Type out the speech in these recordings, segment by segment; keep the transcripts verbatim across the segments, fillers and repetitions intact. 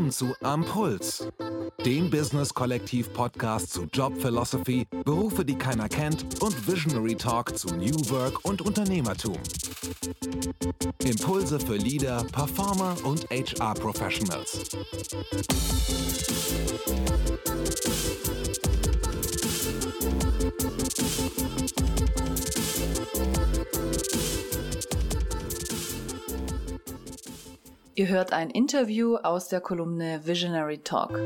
Willkommen zu Am Puls, dem Business-Kollektiv-Podcast zu Job Philosophy, Berufe, die keiner kennt und Visionary Talk zu New Work und Unternehmertum. Impulse für Leader, Performer und H R-Professionals. Ihr hört ein Interview aus der Kolumne Visionary Talk.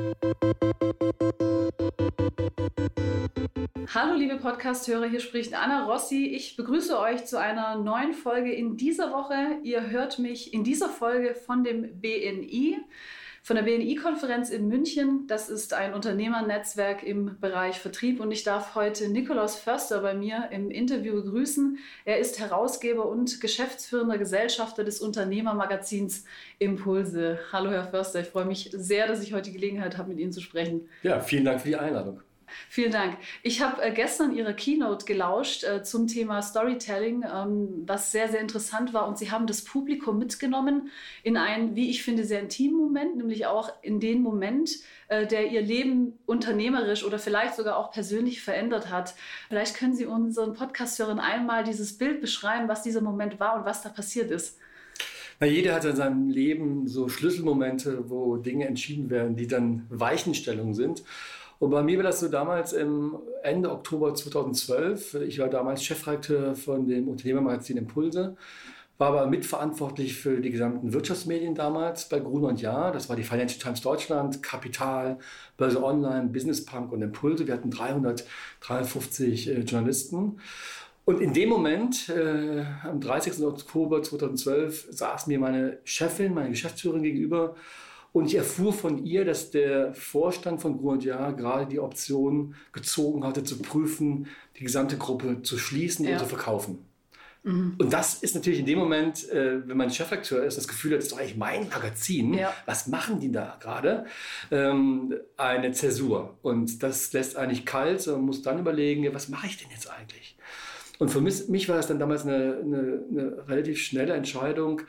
Hallo liebe Podcast-Hörer, hier spricht Anna Rossi. Ich begrüße euch zu einer neuen Folge in dieser Woche. Ihr hört mich in dieser Folge von dem B N I, von der B N I-Konferenz in München. Das ist ein Unternehmernetzwerk im Bereich Vertrieb und ich darf heute Nikolaus Förster bei mir im Interview begrüßen. Er ist Herausgeber und geschäftsführender Gesellschafter des Unternehmermagazins Impulse. Hallo Herr Förster, ich freue mich sehr, dass ich heute die Gelegenheit habe, mit Ihnen zu sprechen. Ja, vielen Dank für die Einladung. Vielen Dank. Ich habe äh, gestern Ihre Keynote gelauscht äh, zum Thema Storytelling, ähm, was sehr, sehr interessant war. Und Sie haben das Publikum mitgenommen in einen, wie ich finde, sehr intimen Moment, nämlich auch in den Moment, äh, der Ihr Leben unternehmerisch oder vielleicht sogar auch persönlich verändert hat. Vielleicht können Sie unseren Podcast-Hörern einmal dieses Bild beschreiben, was dieser Moment war und was da passiert ist. Na, jeder hat in seinem Leben so Schlüsselmomente, wo Dinge entschieden werden, die dann Weichenstellungen sind. Und bei mir war das so damals im Ende Oktober zweitausendzwölf. Ich war damals Chefredakteur von dem Unternehmermagazin Impulse, war aber mitverantwortlich für die gesamten Wirtschaftsmedien damals bei Gruner und Jahr. Das war die Financial Times Deutschland, Kapital, Börse Online, Business Punk und Impulse. Wir hatten dreihundertdreiundfünfzig äh, Journalisten. Und in dem Moment, äh, am dreißigsten Oktober zweitausendzwölf, saß mir meine Chefin, meine Geschäftsführerin gegenüber. Und ich erfuhr von ihr, dass der Vorstand von Gruner und Jahr gerade die Option gezogen hatte, zu prüfen, die gesamte Gruppe zu schließen ja. und zu verkaufen. Mhm. Und das ist natürlich in dem Moment, äh, wenn man Chefredakteur ist, das Gefühl hat, das ist doch eigentlich mein Magazin. Ja. Was machen die da gerade? Ähm, eine Zäsur. Und das lässt eigentlich kalt. Man muss dann überlegen, was mache ich denn jetzt eigentlich? Und für mich, mich war das dann damals eine, eine, eine relativ schnelle Entscheidung,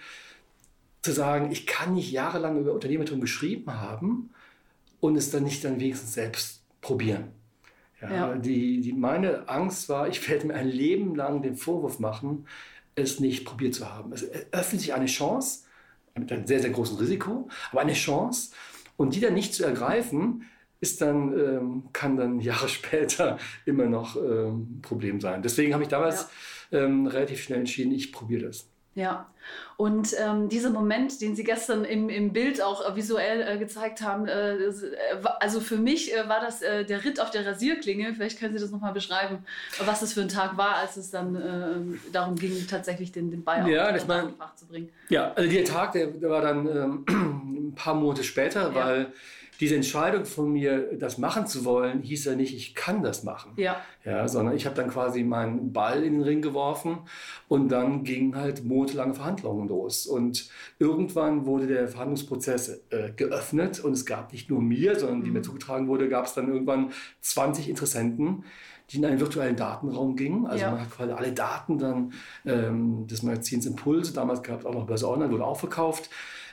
zu sagen, ich kann nicht jahrelang über Unternehmertum geschrieben haben und es dann nicht dann wenigstens selbst probieren. Ja, ja. Die, die, meine Angst war, ich werde mir ein Leben lang den Vorwurf machen, es nicht probiert zu haben. Es öffnet sich eine Chance, mit einem sehr, sehr großen Risiko, aber eine Chance. Und die dann nicht zu ergreifen, ist dann, ähm, kann dann Jahre später immer noch ähm, ein Problem sein. Deswegen habe ich damals ja. ähm, relativ schnell entschieden, ich probiere das. Ja, und ähm, dieser Moment, den Sie gestern im, im Bild auch äh, visuell äh, gezeigt haben, äh, also für mich äh, war das äh, der Ritt auf der Rasierklinge. Vielleicht können Sie das nochmal beschreiben, was das für ein Tag war, als es dann äh, darum ging, tatsächlich den, den Ball ja, auf den Fach zu bringen. Ja, also der Tag, der, der war dann ähm, ein paar Monate später, ja. weil diese Entscheidung von mir, das machen zu wollen, hieß ja nicht, ich kann das machen. Ja. Ja, sondern ich habe dann quasi meinen Ball in den Ring geworfen und dann gingen halt monatelange Verhandlungen los. Und irgendwann wurde der Verhandlungsprozess äh, geöffnet und es gab nicht nur mir, sondern mhm. die mir zugetragen wurde, gab es dann irgendwann zwanzig Interessenten, die in einen virtuellen Datenraum gingen. Also ja. man hat quasi alle Daten dann ähm, des Magazins Impulse, damals gab es auch noch Börse Online, wurde auch verkauft.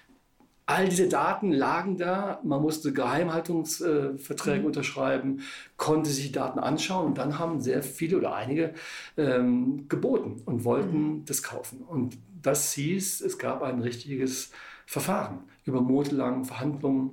All diese Daten lagen da, man musste Geheimhaltungsverträge mhm. unterschreiben, konnte sich die Daten anschauen und dann haben sehr viele oder einige ähm, geboten und wollten mhm. das kaufen. Und das hieß, es gab ein richtiges Verfahren über monatelange Verhandlungen.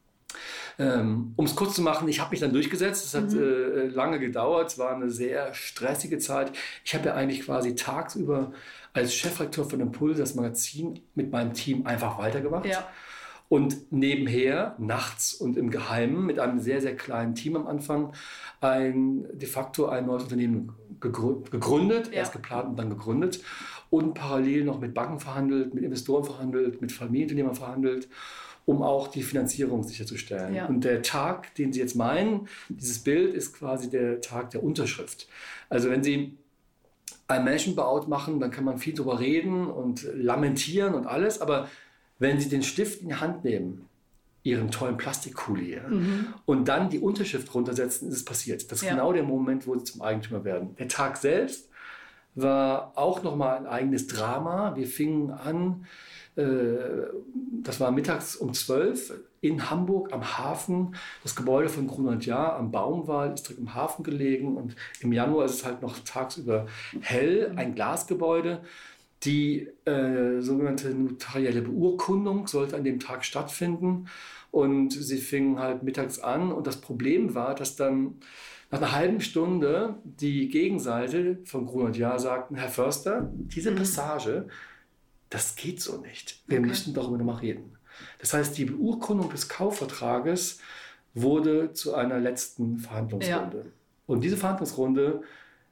Ähm, um es kurz zu machen, ich habe mich dann durchgesetzt, es hat mhm. äh, lange gedauert, es war eine sehr stressige Zeit. Ich habe ja eigentlich quasi tagsüber als Chefredakteur von Impulse das Magazin mit meinem Team einfach weitergemacht. Ja. Und nebenher, nachts und im Geheimen, mit einem sehr, sehr kleinen Team am Anfang, ein, de facto ein neues Unternehmen gegründet, ja. erst geplant und dann gegründet. Und parallel noch mit Banken verhandelt, mit Investoren verhandelt, mit Familienunternehmern verhandelt, um auch die Finanzierung sicherzustellen. Ja. Und der Tag, den Sie jetzt meinen, dieses Bild, ist quasi der Tag der Unterschrift. Also wenn Sie ein Management-Buyout machen, dann kann man viel drüber reden und lamentieren und alles, aber wenn Sie den Stift in die Hand nehmen, Ihren tollen Plastikkuli, mhm. und dann die Unterschrift runtersetzen, ist es passiert. Das ist ja. genau der Moment, wo Sie zum Eigentümer werden. Der Tag selbst war auch nochmal ein eigenes Drama. Wir fingen an, äh, das war mittags um zwölf, in Hamburg am Hafen. Das Gebäude von Grunert Jahr am Baumwall ist direkt im Hafen gelegen und im Januar ist es halt noch tagsüber hell, ein Glasgebäude. Die äh, sogenannte notarielle Beurkundung sollte an dem Tag stattfinden und sie fingen halt mittags an und das Problem war, dass dann nach einer halben Stunde die Gegenseite von Grunert Jahr sagten, Herr Förster, diese Passage, das geht so nicht. Wir okay. müssen darüber nochmal reden. Das heißt, die Beurkundung des Kaufvertrages wurde zu einer letzten Verhandlungsrunde. Ja. Und diese Verhandlungsrunde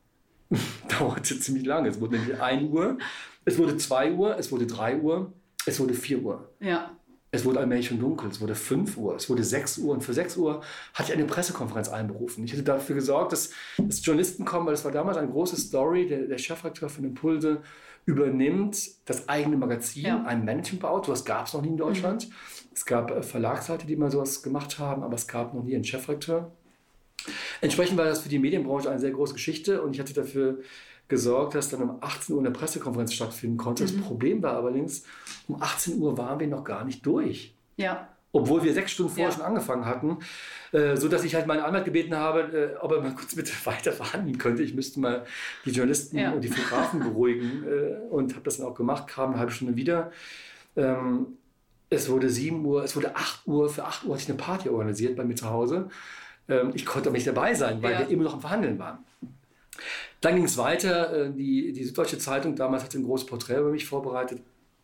dauerte ziemlich lange. Es wurde nämlich ein Uhr, es wurde zwei Uhr, es wurde drei Uhr, es wurde vier Uhr. Ja. Es wurde allmählich schon dunkel, es wurde fünf Uhr, es wurde sechs Uhr und für sechs Uhr hatte ich eine Pressekonferenz einberufen. Ich hatte dafür gesorgt, dass, dass Journalisten kommen, weil das war damals eine große Story. Der, der Chefredakteur von Impulse übernimmt das eigene Magazin, ja. ein Management baut. Das gab es noch nie in Deutschland. Mhm. Es gab äh, Verlagsleute, die mal sowas gemacht haben, aber es gab noch nie einen Chefredakteur. Entsprechend war das für die Medienbranche eine sehr große Geschichte und ich hatte dafür gesorgt, dass dann um achtzehn Uhr eine Pressekonferenz stattfinden konnte. Mhm. Das Problem war allerdings, um achtzehn Uhr waren wir noch gar nicht durch. Ja. Obwohl wir sechs Stunden vorher ja. schon angefangen hatten, äh, sodass ich halt meinen Anwalt gebeten habe, äh, ob er mal kurz bitte weiter verhandeln könnte. Ich müsste mal die Journalisten ja. und die Fotografen beruhigen äh, und habe das dann auch gemacht, kam eine halbe Stunde wieder. Ähm, es wurde sieben Uhr, es wurde acht Uhr, für acht Uhr hatte ich eine Party organisiert bei mir zu Hause. Ähm, ich konnte aber nicht dabei sein, weil ja. wir immer noch am Verhandeln waren. Dann ging es weiter, die, die Süddeutsche Zeitung damals hatte ein großes Porträt über mich vorbereitet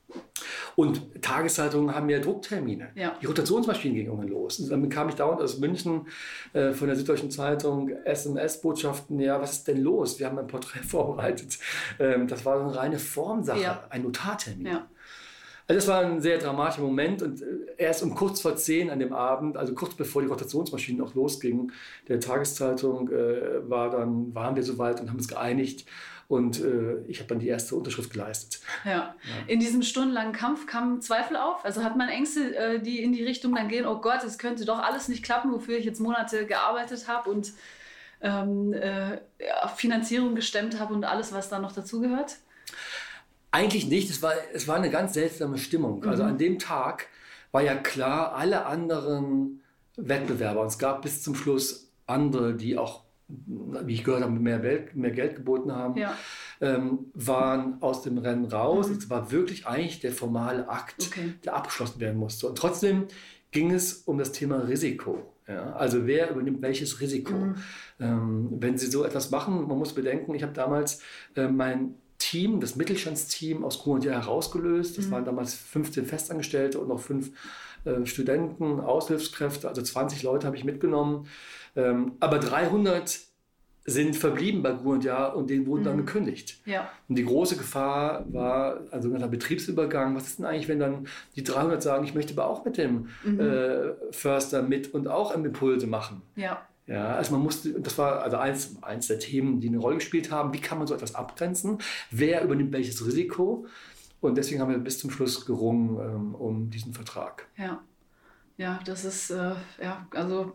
und Tageszeitungen haben ja Drucktermine. Ja. Die Rotationsmaschinen gingen irgendwann los. Und dann bekam ich dauernd aus München äh, von der Süddeutschen Zeitung S M S-Botschaften, ja, was ist denn los? Wir haben ein Porträt vorbereitet. Ähm, das war eine reine Formsache, ja. ein Notartermin. Ja. Also das war ein sehr dramatischer Moment und erst um kurz vor zehn an dem Abend, also kurz bevor die Rotationsmaschinen auch losgingen, der Tageszeitung äh, war dann, waren wir soweit und haben uns geeinigt und äh, ich habe dann die erste Unterschrift geleistet. Ja. Ja. In diesem stundenlangen Kampf kamen Zweifel auf? Also hat man Ängste, äh, die in die Richtung dann gehen, oh Gott, es könnte doch alles nicht klappen, wofür ich jetzt Monate gearbeitet habe und ähm, äh, ja, Finanzierung gestemmt habe und alles, was da noch dazugehört? Eigentlich nicht, es war, es war eine ganz seltsame Stimmung. Mhm. Also an dem Tag war ja klar, alle anderen Wettbewerber, und es gab bis zum Schluss andere, die auch, wie ich gehört habe, mehr, Welt, mehr Geld geboten haben, ja. ähm, waren aus dem Rennen raus. Mhm. Es war wirklich eigentlich der formale Akt, okay. der abgeschlossen werden musste. Und trotzdem ging es um das Thema Risiko. Ja? Also wer übernimmt welches Risiko? Mhm. Ähm, wenn Sie so etwas machen, man muss bedenken, ich habe damals äh, mein Team, das Mittelstandsteam aus Grunert Jahr herausgelöst. Das mhm. waren damals fünfzehn Festangestellte und noch fünf äh, Studenten, Aushilfskräfte, also zwanzig Leute habe ich mitgenommen. Ähm, aber dreihundert sind verblieben bei Grunert Jahr und denen wurden mhm. dann gekündigt. Ja. Und die große Gefahr war ein sogenannter Betriebsübergang. Was ist denn eigentlich, wenn dann die dreihundert sagen, ich möchte aber auch mit dem mhm. äh, Förster mit und auch Impulse machen? Ja. Ja, also man musste, das war also eins, eins der Themen, die eine Rolle gespielt haben. Wie kann man so etwas abgrenzen? Wer übernimmt welches Risiko? Und deswegen haben wir bis zum Schluss gerungen ähm, um diesen Vertrag. Ja, ja, das ist, äh, ja, also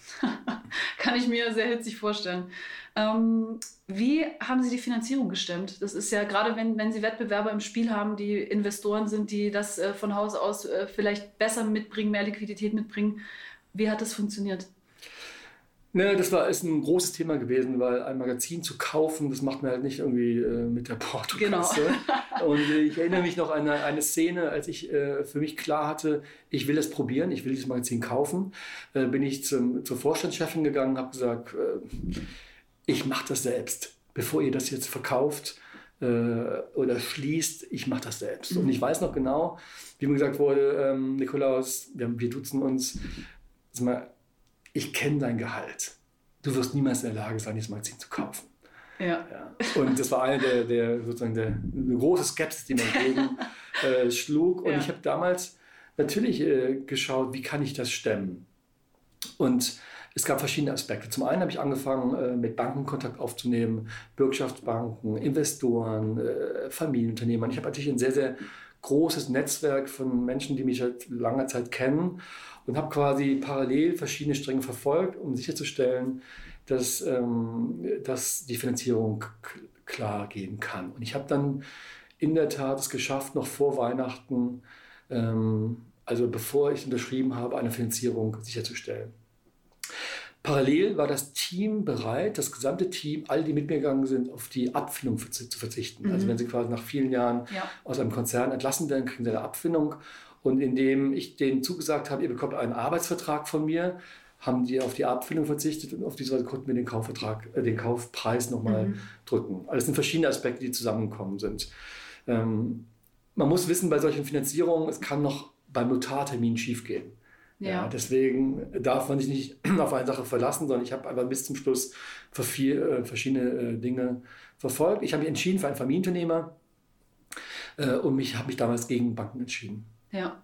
kann ich mir sehr hitzig vorstellen. Ähm, wie haben Sie die Finanzierung gestemmt? Das ist ja gerade, wenn, wenn Sie Wettbewerber im Spiel haben, die Investoren sind, die das äh, von Haus aus äh, vielleicht besser mitbringen, mehr Liquidität mitbringen. Wie hat das funktioniert? Ne, das war ist ein großes Thema gewesen, weil ein Magazin zu kaufen, das macht man halt nicht irgendwie äh, mit der Portokasse. Genau. Und äh, ich erinnere mich noch an eine, eine Szene, als ich äh, für mich klar hatte, ich will es probieren, ich will dieses Magazin kaufen, äh, bin ich zum, zur Vorstandschefin gegangen und habe gesagt, äh, ich mache das selbst, bevor ihr das jetzt verkauft äh, oder schließt, ich mache das selbst. Mhm. Und ich weiß noch genau, wie mir gesagt wurde, ähm, Nikolaus, wir, wir duzen uns, sag mal, ich kenne dein Gehalt. Du wirst niemals in der Lage sein, dieses Magazin zu kaufen. Ja. Ja. Und das war eine der, der sozusagen der, eine große Skepsis, die mir entgegen äh, schlug. Und ja. ich habe damals natürlich äh, geschaut, wie kann ich das stemmen? Und es gab verschiedene Aspekte. Zum einen habe ich angefangen, äh, mit Banken Kontakt aufzunehmen, Bürgschaftsbanken, Investoren, äh, Familienunternehmern. Ich habe natürlich ein sehr, sehr großes Netzwerk von Menschen, die mich seit langer Zeit kennen. Und habe quasi parallel verschiedene Stränge verfolgt, um sicherzustellen, dass, ähm, dass die Finanzierung k- klar gehen kann. Und ich habe dann in der Tat es geschafft, noch vor Weihnachten ähm, also bevor ich unterschrieben habe, eine Finanzierung sicherzustellen. Parallel war das Team bereit, das gesamte Team, alle, die mit mir gegangen sind, auf die Abfindung zu verzichten. Mhm. Also wenn sie quasi nach vielen Jahren ja. aus einem Konzern entlassen werden, kriegen sie eine Abfindung. Und indem ich denen zugesagt habe, ihr bekommt einen Arbeitsvertrag von mir, haben die auf die Abfindung verzichtet und auf diese Weise konnten wir den Kaufvertrag, äh, den Kaufpreis nochmal mhm. drücken. Also es sind verschiedene Aspekte, die zusammengekommen sind. Ähm, man muss wissen, bei solchen Finanzierungen, es kann noch beim Notartermin schiefgehen. Ja. Ja, deswegen darf man sich nicht auf eine Sache verlassen, sondern ich habe einfach bis zum Schluss für viel, äh, verschiedene äh, Dinge verfolgt. Ich habe mich entschieden für einen Familienunternehmer äh, und mich habe mich damals gegen Banken entschieden. Ja.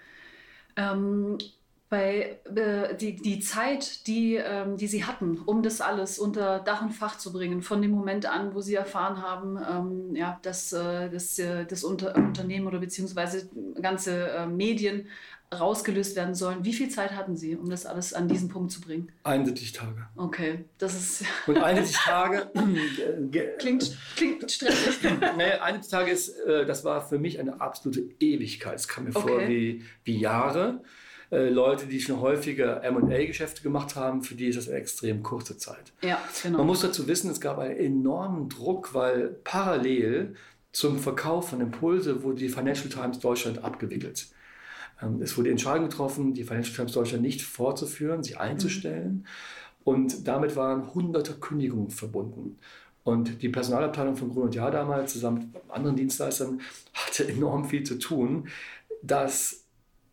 Ähm, weil äh, die, die Zeit, die, ähm, die Sie hatten, um das alles unter Dach und Fach zu bringen, von dem Moment an, wo Sie erfahren haben, ähm, ja, dass äh, das, äh, das Unter- Unternehmen oder beziehungsweise ganze äh, Medien rausgelöst werden sollen. Wie viel Zeit hatten Sie, um das alles an diesen Punkt zu bringen? einundsiebzig Tage. Okay, das ist... Und einundsiebzig Tage... klingt, klingt stressig. Nee, einundsiebzig Tage ist, das war für mich eine absolute Ewigkeit. Es kam mir okay. vor wie, wie Jahre. Leute, die schon häufiger M und A-Geschäfte gemacht haben, für die ist das eine extrem kurze Zeit. Ja, genau. Man muss dazu wissen, es gab einen enormen Druck, weil parallel zum Verkauf von Impulse wurde die Financial Times Deutschland abgewickelt. Es wurde die Entscheidung getroffen, die Financial Times Deutschland nicht fortzuführen, sie einzustellen. Mhm. Und damit waren hunderte Kündigungen verbunden. Und die Personalabteilung von Gruner und Jahr damals zusammen mit anderen Dienstleistern hatte enorm viel zu tun, das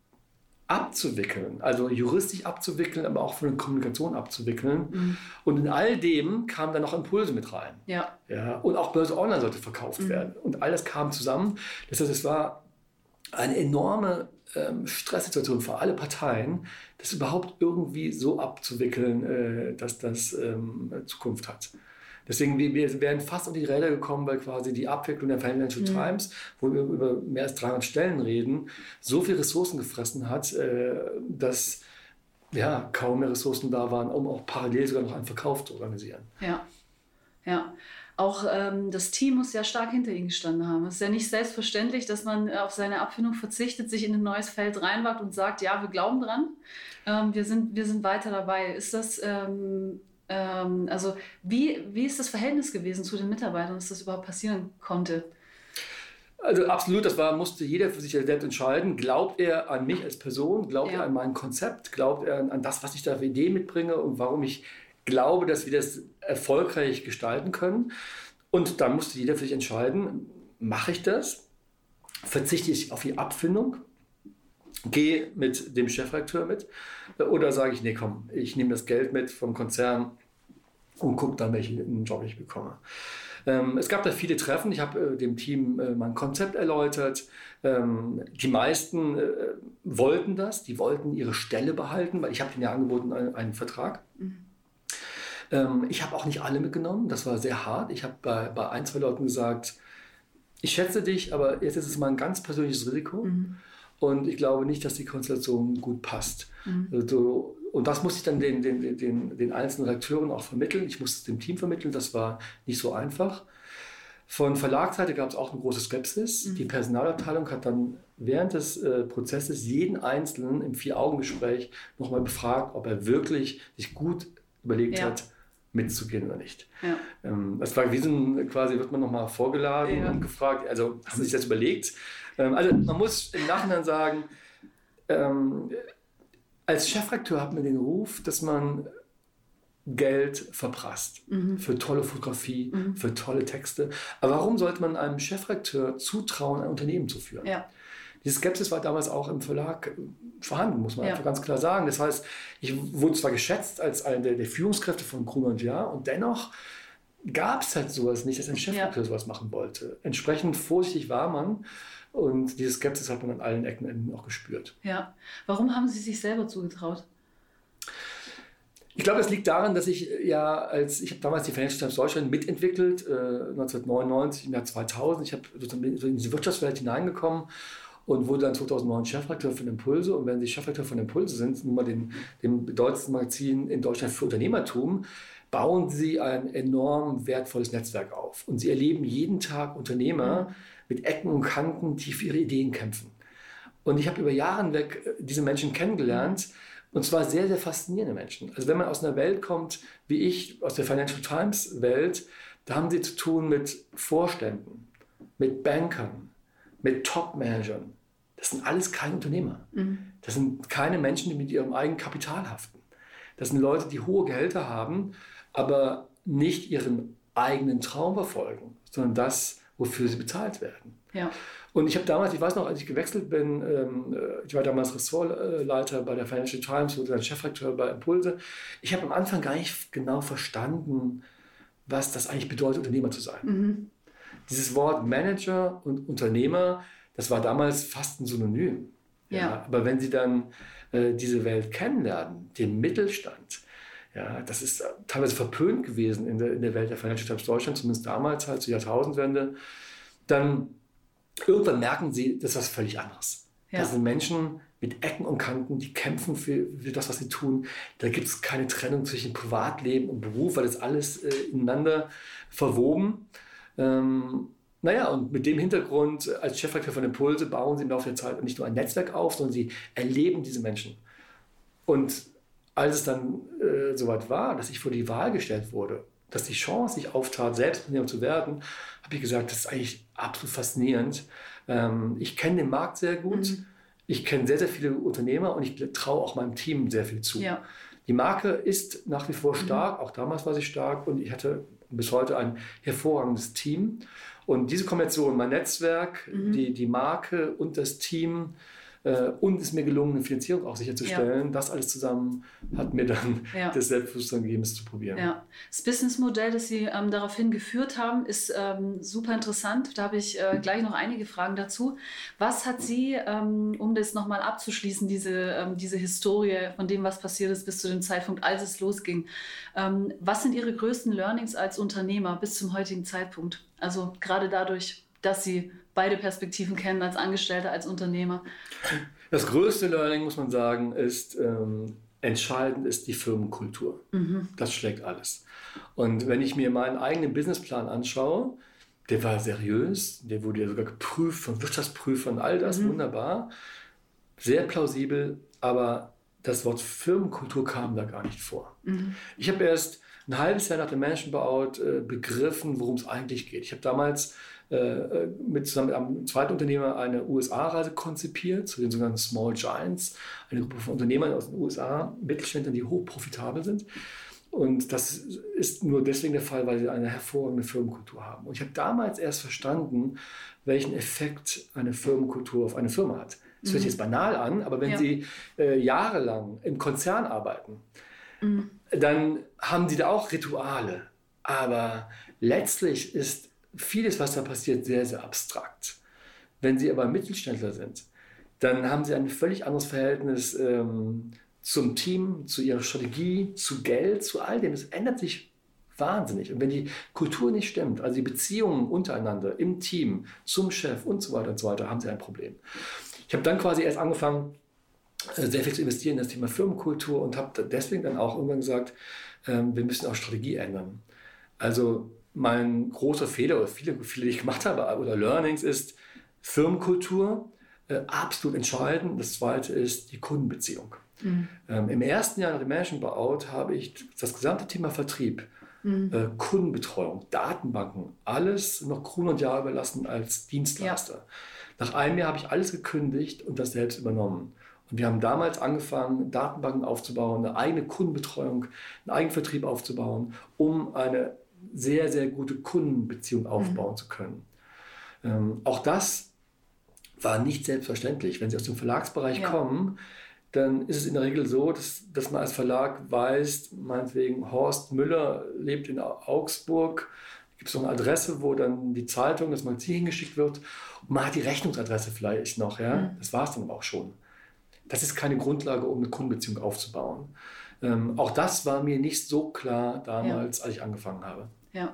abzuwickeln, also juristisch abzuwickeln, aber auch von der Kommunikation abzuwickeln. Mhm. Und in all dem kamen dann noch Impulse mit rein. Ja. Ja, und auch Börse Online sollte verkauft mhm. werden. Und all das kam zusammen. Das heißt, es war eine enorme ähm, Stresssituation für alle Parteien, das überhaupt irgendwie so abzuwickeln, äh, dass das ähm, Zukunft hat. Deswegen, wir, wir wären fast auf die Räder gekommen, weil quasi die Abwicklung der Financial mhm. Times, wo wir über mehr als dreihundert Stellen reden, so viel Ressourcen gefressen hat, äh, dass ja, kaum mehr Ressourcen da waren, um auch parallel sogar noch einen Verkauf zu organisieren. Ja, ja. Auch ähm, das Team muss ja stark hinter Ihnen gestanden haben. Es ist ja nicht selbstverständlich, dass man auf seine Abfindung verzichtet, sich in ein neues Feld reinwagt und sagt, ja, wir glauben dran, ähm, wir sind, wir sind weiter dabei. Ist das, ähm, ähm, also wie, wie ist das Verhältnis gewesen zu den Mitarbeitern, dass das überhaupt passieren konnte? Also absolut, das war, musste jeder für sich selbst entscheiden. Glaubt er an mich als Person? Glaubt ja. er an mein Konzept? Glaubt er an das, was ich da für Ideen mitbringe und warum ich glaube, dass wir das erfolgreich gestalten können. Und dann musste jeder für sich entscheiden, mache ich das? Verzichte ich auf die Abfindung? Gehe mit dem Chefredakteur mit? Oder sage ich, nee, komm, ich nehme das Geld mit vom Konzern und gucke dann, welchen Job ich bekomme. Ähm, es gab da viele Treffen. Ich habe äh, dem Team äh, mein Konzept erläutert. Ähm, die meisten äh, wollten das. Die wollten ihre Stelle behalten, weil ich habe ihnen ja angeboten einen, einen Vertrag. Mhm. Ich habe auch nicht alle mitgenommen, das war sehr hart. Ich habe bei, bei ein, zwei Leuten gesagt, ich schätze dich, aber jetzt ist es mal ein ganz persönliches Risiko mhm. und ich glaube nicht, dass die Konstellation gut passt. Mhm. Also, und das musste ich dann den, den, den, den einzelnen Redakteuren auch vermitteln. Ich musste es dem Team vermitteln, das war nicht so einfach. Von Verlagsseite gab es auch eine große Skepsis. Mhm. Die Personalabteilung hat dann während des äh, Prozesses jeden Einzelnen im Vier-Augen-Gespräch nochmal befragt, ob er wirklich sich gut überlegt ja. hat, mitzugehen oder nicht. Ja. Ähm, das war wie so ein, quasi wird man nochmal vorgeladen ja. und gefragt, also haben Sie sich das überlegt? Ähm, also man muss im Nachhinein sagen, ähm, als Chefredakteur hat man den Ruf, dass man Geld verprasst mhm. für tolle Fotografie, mhm. für tolle Texte. Aber warum sollte man einem Chefredakteur zutrauen, ein Unternehmen zu führen? Ja. Diese Skepsis war damals auch im Verlag vorhanden, muss man ja. einfach ganz klar sagen. Das heißt, ich wurde zwar geschätzt als eine der, der Führungskräfte von Gruner und Jahr und dennoch gab es halt sowas nicht, dass ein Chefredakteur ja. sowas machen wollte. Entsprechend vorsichtig war man und diese Skepsis hat man an allen Ecken und Enden auch gespürt. Ja. Warum haben Sie sich selber zugetraut? Ich glaube, das liegt daran, dass ich ja als, ich habe damals die Financial Times Deutschland mitentwickelt, äh, neunzehnhundertneunundneunzig, im Jahr zweitausend. Ich habe in diese Wirtschaftswelt hineingekommen und wurde dann zweitausendneun Chefredakteur von Impulse. Und wenn Sie Chefredakteur von Impulse sind, nun mal dem, dem bedeutendsten Magazin in Deutschland für Unternehmertum, bauen Sie ein enorm wertvolles Netzwerk auf. Und Sie erleben jeden Tag Unternehmer mhm. mit Ecken und Kanten, die für ihre Ideen kämpfen. Und ich habe über Jahre hinweg diese Menschen kennengelernt, und zwar sehr, sehr faszinierende Menschen. Also wenn man aus einer Welt kommt, wie ich, aus der Financial Times Welt, da haben sie zu tun mit Vorständen, mit Bankern, mit Top-Managern. Das sind alles keine Unternehmer. Mhm. Das sind keine Menschen, die mit ihrem eigenen Kapital haften. Das sind Leute, die hohe Gehälter haben, aber nicht ihren eigenen Traum verfolgen, sondern das, wofür sie bezahlt werden. Ja. Und ich habe damals, ich weiß noch, als ich gewechselt bin, ähm, ich war damals Ressortleiter bei der Financial Times, wurde dann Chefredakteur bei Impulse. Ich habe am Anfang gar nicht genau verstanden, was das eigentlich bedeutet, Unternehmer zu sein. Mhm. Dieses Wort Manager und Unternehmer, das war damals fast ein Synonym. Ja. Ja, aber wenn Sie dann äh, diese Welt kennenlernen, den Mittelstand, ja, das ist teilweise verpönt gewesen in der, in der Welt der Financial Times Deutschland, zumindest damals, halt zur Jahrtausendwende, dann irgendwann merken Sie, das ist was völlig anderes. Ja. Das sind Menschen mit Ecken und Kanten, die kämpfen für, für das, was sie tun. Da gibt es keine Trennung zwischen Privatleben und Beruf, weil das alles äh, ineinander verwoben. Ähm, naja, und mit dem Hintergrund als Chefredakteur von Impulse bauen sie im Laufe der Zeit nicht nur ein Netzwerk auf, sondern sie erleben diese Menschen. Und als es dann äh, soweit war, dass ich vor die Wahl gestellt wurde, dass die Chance sich auftat, selbst Unternehmer zu werden, habe ich gesagt, das ist eigentlich absolut faszinierend. Ähm, ich kenne den Markt sehr gut, mhm. ich kenne sehr, sehr viele Unternehmer und ich traue auch meinem Team sehr viel zu. Ja. Die Marke ist nach wie vor stark, mhm. auch damals war sie stark und ich hatte bis heute ein hervorragendes Team. Und diese Kombination, mein Netzwerk, mhm. die, die Marke und das Team, äh, und es ist mir gelungen, eine Finanzierung auch sicherzustellen. Ja. Das alles zusammen hat mir dann ja. das Selbstbewusstsein gegeben, es zu probieren. Ja. Das Businessmodell, das Sie ähm, daraufhin geführt haben, ist ähm, super interessant. Da habe ich äh, gleich noch einige Fragen dazu. Was hat Sie, ähm, um das nochmal abzuschließen, diese, ähm, diese Historie von dem, was passiert ist bis zu dem Zeitpunkt, als es losging, ähm, was sind Ihre größten Learnings als Unternehmer bis zum heutigen Zeitpunkt? Also gerade dadurch, dass Sie beide Perspektiven kennen, als Angestellter, als Unternehmer. Das größte Learning, muss man sagen, ist, ähm, entscheidend ist die Firmenkultur. Mhm. Das schlägt alles. Und wenn ich mir meinen eigenen Businessplan anschaue, der war seriös, der wurde ja sogar geprüft von Wirtschaftsprüfern, all das, mhm. wunderbar, sehr plausibel, aber das Wort Firmenkultur kam da gar nicht vor. Mhm. Ich habe erst ein halbes Jahr nach dem Management Buyout äh, begriffen, worum es eigentlich geht. Ich habe damals äh, mit, zusammen mit einem zweiten Unternehmer eine U S A-Reise konzipiert, zu den sogenannten Small Giants, eine Gruppe von Unternehmern aus den U S A, Mittelständlern, die hochprofitabel sind. Und das ist nur deswegen der Fall, weil sie eine hervorragende Firmenkultur haben. Und ich habe damals erst verstanden, welchen Effekt eine Firmenkultur auf eine Firma hat. Das hört sich jetzt banal an, aber wenn ja. Sie äh, jahrelang im Konzern arbeiten, mhm. dann haben Sie da auch Rituale. Aber letztlich ist vieles, was da passiert, sehr, sehr abstrakt. Wenn Sie aber Mittelständler sind, dann haben Sie ein völlig anderes Verhältnis ähm, zum Team, zu Ihrer Strategie, zu Geld, zu all dem. Es ändert sich wahnsinnig. Und wenn die Kultur nicht stimmt, also die Beziehungen untereinander, im Team, zum Chef und so weiter und so weiter, haben Sie ein Problem. Ich habe dann quasi erst angefangen, sehr viel zu investieren in das Thema Firmenkultur und habe deswegen dann auch irgendwann gesagt, ähm, wir müssen auch Strategie ändern. Also mein großer Fehler, oder viele, viele, die ich gemacht habe, oder Learnings ist Firmenkultur, äh, absolut entscheidend. Das zweite ist die Kundenbeziehung. Mhm. Ähm, Im ersten Jahr nach dem Management Buyout habe ich das gesamte Thema Vertrieb, mhm. äh, Kundenbetreuung, Datenbanken, alles noch Kuhn und Jahr überlassen als Dienstleister. Ja. Nach einem Jahr habe ich alles gekündigt und das selbst übernommen. Und wir haben damals angefangen, Datenbanken aufzubauen, eine eigene Kundenbetreuung, einen eigenen Vertrieb aufzubauen, um eine sehr, sehr gute Kundenbeziehung aufbauen mhm. zu können. Ähm, auch das war nicht selbstverständlich. Wenn Sie aus dem Verlagsbereich ja. kommen, dann ist es in der Regel so, dass, dass man als Verlag weiß, meinetwegen Horst Müller lebt in Augsburg, gibt es noch eine Adresse, wo dann die Zeitung, das Magazin hingeschickt wird. Und man hat die Rechnungsadresse vielleicht noch. Ja? Mhm. Das war es dann aber auch schon. Das ist keine Grundlage, um eine Kundenbeziehung aufzubauen. Ähm, auch das war mir nicht so klar damals, ja. als ich angefangen habe. Ja.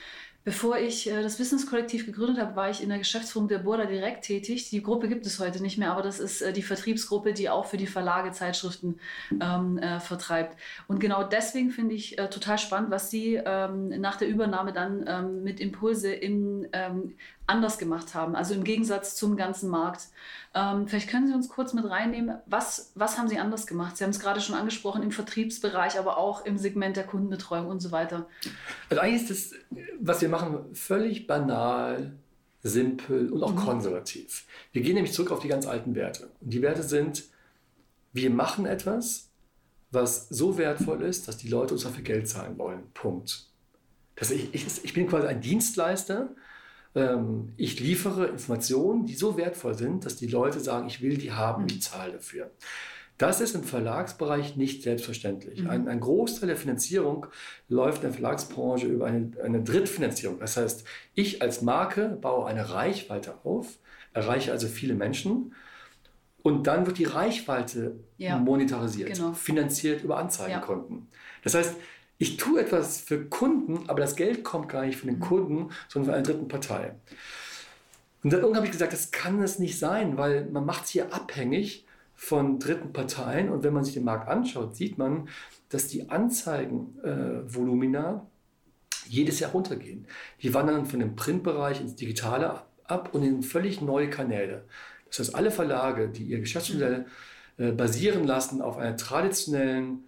Bevor ich äh, das Business-Kollektiv gegründet habe, war ich in der Geschäftsführung der Burda direkt tätig. Die Gruppe gibt es heute nicht mehr, aber das ist äh, die Vertriebsgruppe, die auch für die Verlage Zeitschriften ähm, äh, vertreibt. Und genau deswegen finde ich äh, total spannend, was Sie ähm, nach der Übernahme dann ähm, mit Impulse im, ähm, anders gemacht haben, also im Gegensatz zum ganzen Markt. Ähm, vielleicht können Sie uns kurz mit reinnehmen, was, was haben Sie anders gemacht? Sie haben es gerade schon angesprochen, im Vertriebsbereich, aber auch im Segment der Kundenbetreuung und so weiter. Also eigentlich ist das, was wir machen, völlig banal, simpel und auch mhm. konservativ. Wir gehen nämlich zurück auf die ganz alten Werte. Und die Werte sind, wir machen etwas, was so wertvoll ist, dass die Leute uns dafür Geld zahlen wollen. Punkt. Das, ich, ich, ich bin quasi ein Dienstleister. Ähm, ich liefere Informationen, die so wertvoll sind, dass die Leute sagen, ich will die haben, ich zahle dafür. Das ist im Verlagsbereich nicht selbstverständlich. Mhm. Ein, ein Großteil der Finanzierung läuft in der Verlagsbranche über eine, eine Drittfinanzierung. Das heißt, ich als Marke baue eine Reichweite auf, erreiche also viele Menschen und dann wird die Reichweite ja. monetarisiert, genau. finanziert über Anzeigenkonten. Ja. Das heißt, ich tue etwas für Kunden, aber das Geld kommt gar nicht von den Kunden, sondern von einer dritten Partei. Und dann irgendwann habe ich gesagt, das kann es nicht sein, weil man macht es hier abhängig von dritten Parteien. Und wenn man sich den Markt anschaut, sieht man, dass die Anzeigenvolumina äh, jedes Jahr runtergehen. Die wandern von dem Printbereich ins Digitale ab und in völlig neue Kanäle. Das heißt, alle Verlage, die ihr Geschäftsmodell äh, basieren lassen auf einer traditionellen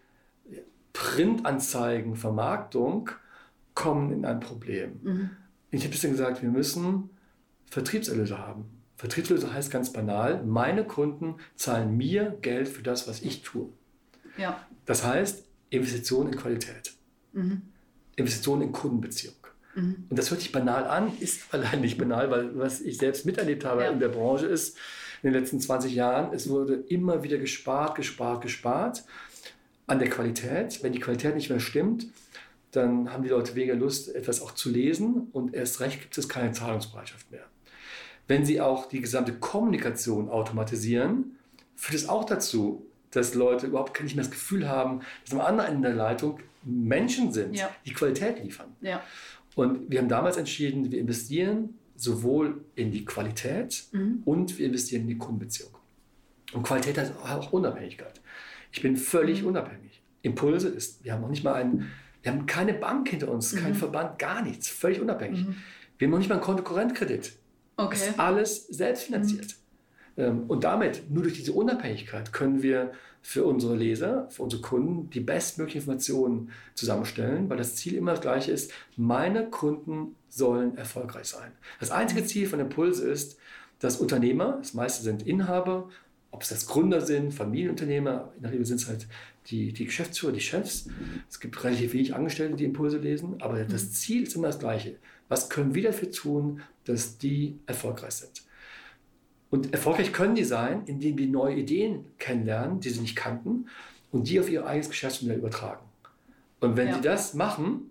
Printanzeigenvermarktung, kommen in ein Problem. Mhm. Ich habe bisher gesagt, wir müssen Vertriebserlöse haben. Vertriebserlöse heißt ganz banal, meine Kunden zahlen mir Geld für das, was ich tue. Ja. Das heißt, Investitionen in Qualität. Mhm. Investitionen in Kundenbeziehung. Mhm. Und das hört sich banal an, ist allein nicht banal, weil was ich selbst miterlebt habe ja. in der Branche ist, in den letzten zwanzig Jahren, es wurde immer wieder gespart, gespart, gespart an der Qualität. Wenn die Qualität nicht mehr stimmt, dann haben die Leute weniger Lust, etwas auch zu lesen und erst recht gibt es keine Zahlungsbereitschaft mehr. Wenn Sie auch die gesamte Kommunikation automatisieren, führt es auch dazu, dass Leute überhaupt nicht mehr das Gefühl haben, dass am anderen Ende der Leitung Menschen sind, ja. die Qualität liefern. Ja. Und wir haben damals entschieden, wir investieren sowohl in die Qualität mhm. und wir investieren in die Kundenbeziehung. Und Qualität heißt auch Unabhängigkeit. Ich bin völlig mhm. unabhängig. Impulse ist, wir haben noch nicht mal einen, wir haben keine Bank hinter uns, mhm. kein Verband, gar nichts, völlig unabhängig. Mhm. Wir haben noch nicht mal einen Kontokorrentkredit. Okay. Das ist alles selbstfinanziert. Mhm. Und damit, nur durch diese Unabhängigkeit, können wir für unsere Leser, für unsere Kunden die bestmöglichen Informationen zusammenstellen, weil das Ziel immer das gleiche ist, meine Kunden sollen erfolgreich sein. Das einzige Ziel von Impulse ist, dass Unternehmer, das meiste sind Inhaber, ob es das Gründer sind, Familienunternehmer, in der Regel sind es halt die, die Geschäftsführer, die Chefs. Es gibt relativ wenig Angestellte, die Impulse lesen, aber das Ziel ist immer das gleiche. Was können wir dafür tun, dass die erfolgreich sind? Und erfolgreich können die sein, indem wir neue Ideen kennenlernen, die sie nicht kannten und die auf ihr eigenes Geschäftsmodell übertragen. Und wenn ja. sie das machen,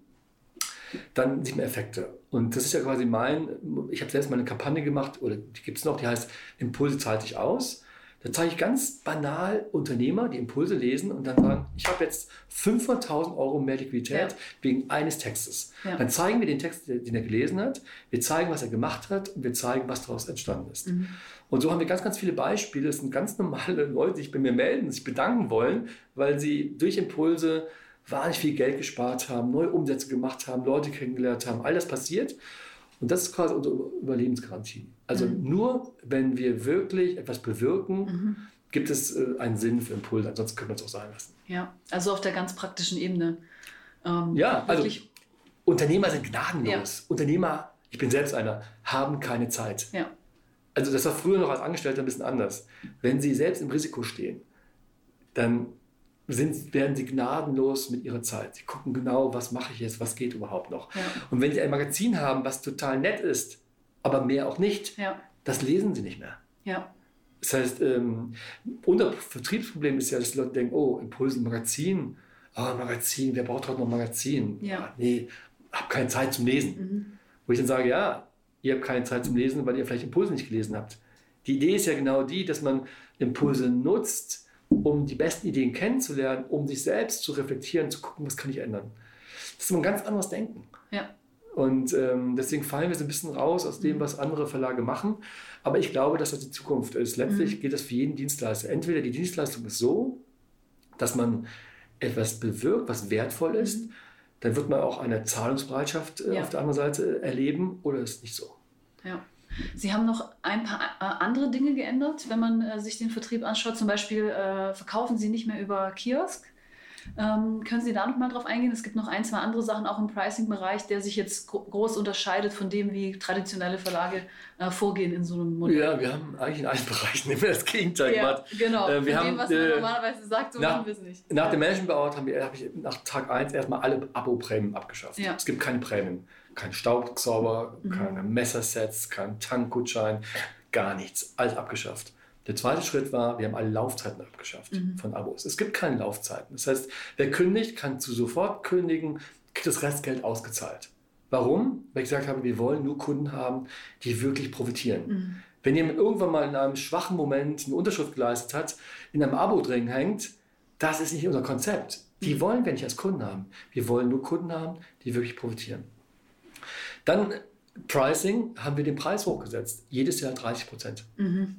dann sieht man Effekte. Und das ist ja quasi mein, ich habe selbst mal eine Kampagne gemacht, oder die gibt es noch, die heißt Impulse zahlt dich aus. Da zeige ich ganz banal Unternehmer, die Impulse lesen und dann sagen, ich habe jetzt fünfhunderttausend Euro mehr Liquidität ja. wegen eines Textes. Ja. Dann zeigen wir den Text, den er gelesen hat, wir zeigen, was er gemacht hat und wir zeigen, was daraus entstanden ist. Mhm. Und so haben wir ganz, ganz viele Beispiele. Es sind ganz normale Leute, die sich bei mir melden, sich bedanken wollen, weil sie durch Impulse wahnsinnig viel Geld gespart haben, neue Umsätze gemacht haben, Leute kennengelernt haben. All das passiert. Und das ist quasi unsere Überlebensgarantie. Also mhm. nur, wenn wir wirklich etwas bewirken, mhm. gibt es äh, einen Sinn für Impulse. Ansonsten können wir es auch sein lassen. Ja, also auf der ganz praktischen Ebene. Ähm, ja, also Unternehmer sind gnadenlos. Ja. Unternehmer, ich bin selbst einer, haben keine Zeit. Ja. Also das war früher noch als Angestellter ein bisschen anders. Wenn sie selbst im Risiko stehen, dann sind, werden sie gnadenlos mit ihrer Zeit. Sie gucken genau, was mache ich jetzt, was geht überhaupt noch. Ja. Und wenn sie ein Magazin haben, was total nett ist, aber mehr auch nicht, ja. das lesen sie nicht mehr. Ja. Das heißt, ähm, unser Vertriebsproblem ist ja, dass die Leute denken, oh, Impulsen, Magazin, oh, Magazin, wer braucht heute noch Magazin? Ja. Ah, nee, hab keine Zeit zum Lesen. Mhm. Wo ich dann sage, ja, ihr habt keine Zeit zum Lesen, weil ihr vielleicht Impulse nicht gelesen habt. Die Idee ist ja genau die, dass man Impulse nutzt, um die besten Ideen kennenzulernen, um sich selbst zu reflektieren, zu gucken, was kann ich ändern. Das ist ein ganz anderes Denken. Ja. Und ähm, deswegen fallen wir so ein bisschen raus aus dem, was andere Verlage machen. Aber ich glaube, dass das die Zukunft ist. Letztlich mhm. gilt das für jeden Dienstleister. Entweder die Dienstleistung ist so, dass man etwas bewirkt, was wertvoll ist, mhm. dann wird man auch eine Zahlungsbereitschaft äh, ja. auf der anderen Seite erleben, oder ist nicht so. Ja. Sie haben noch ein paar äh, andere Dinge geändert, wenn man äh, sich den Vertrieb anschaut. Zum Beispiel äh, verkaufen Sie nicht mehr über Kiosk. Ähm, können Sie da noch mal drauf eingehen? Es gibt noch ein, zwei andere Sachen auch im Pricing-Bereich, der sich jetzt gro- groß unterscheidet von dem, wie traditionelle Verlage äh, vorgehen in so einem Modell. Ja, wir haben eigentlich in allen Bereichen immer das Gegenteil gemacht. Ja, genau. Äh, wir von haben, dem, was man äh, normalerweise sagt, so nach, machen wir es nicht. Nach ja. dem Management-Board habe hab ich nach Tag eins erstmal alle Abo-Prämien abgeschafft. Ja. Es gibt keine Prämien. Kein Staubsauger, mhm. keine Messersets, kein Tankgutschein, gar nichts. Alles abgeschafft. Der zweite Schritt war, wir haben alle Laufzeiten abgeschafft mhm. von Abos. Es gibt keine Laufzeiten. Das heißt, wer kündigt, kann zu sofort kündigen, kriegt das Restgeld ausgezahlt. Warum? Weil ich gesagt habe, wir wollen nur Kunden haben, die wirklich profitieren. Mhm. Wenn jemand irgendwann mal in einem schwachen Moment eine Unterschrift geleistet hat, in einem Abo drin hängt, das ist nicht unser Konzept. Die mhm. wollen wir nicht als Kunden haben. Wir wollen nur Kunden haben, die wirklich profitieren. Dann Pricing, haben wir den Preis hochgesetzt. Jedes Jahr dreißig Prozent. Mhm.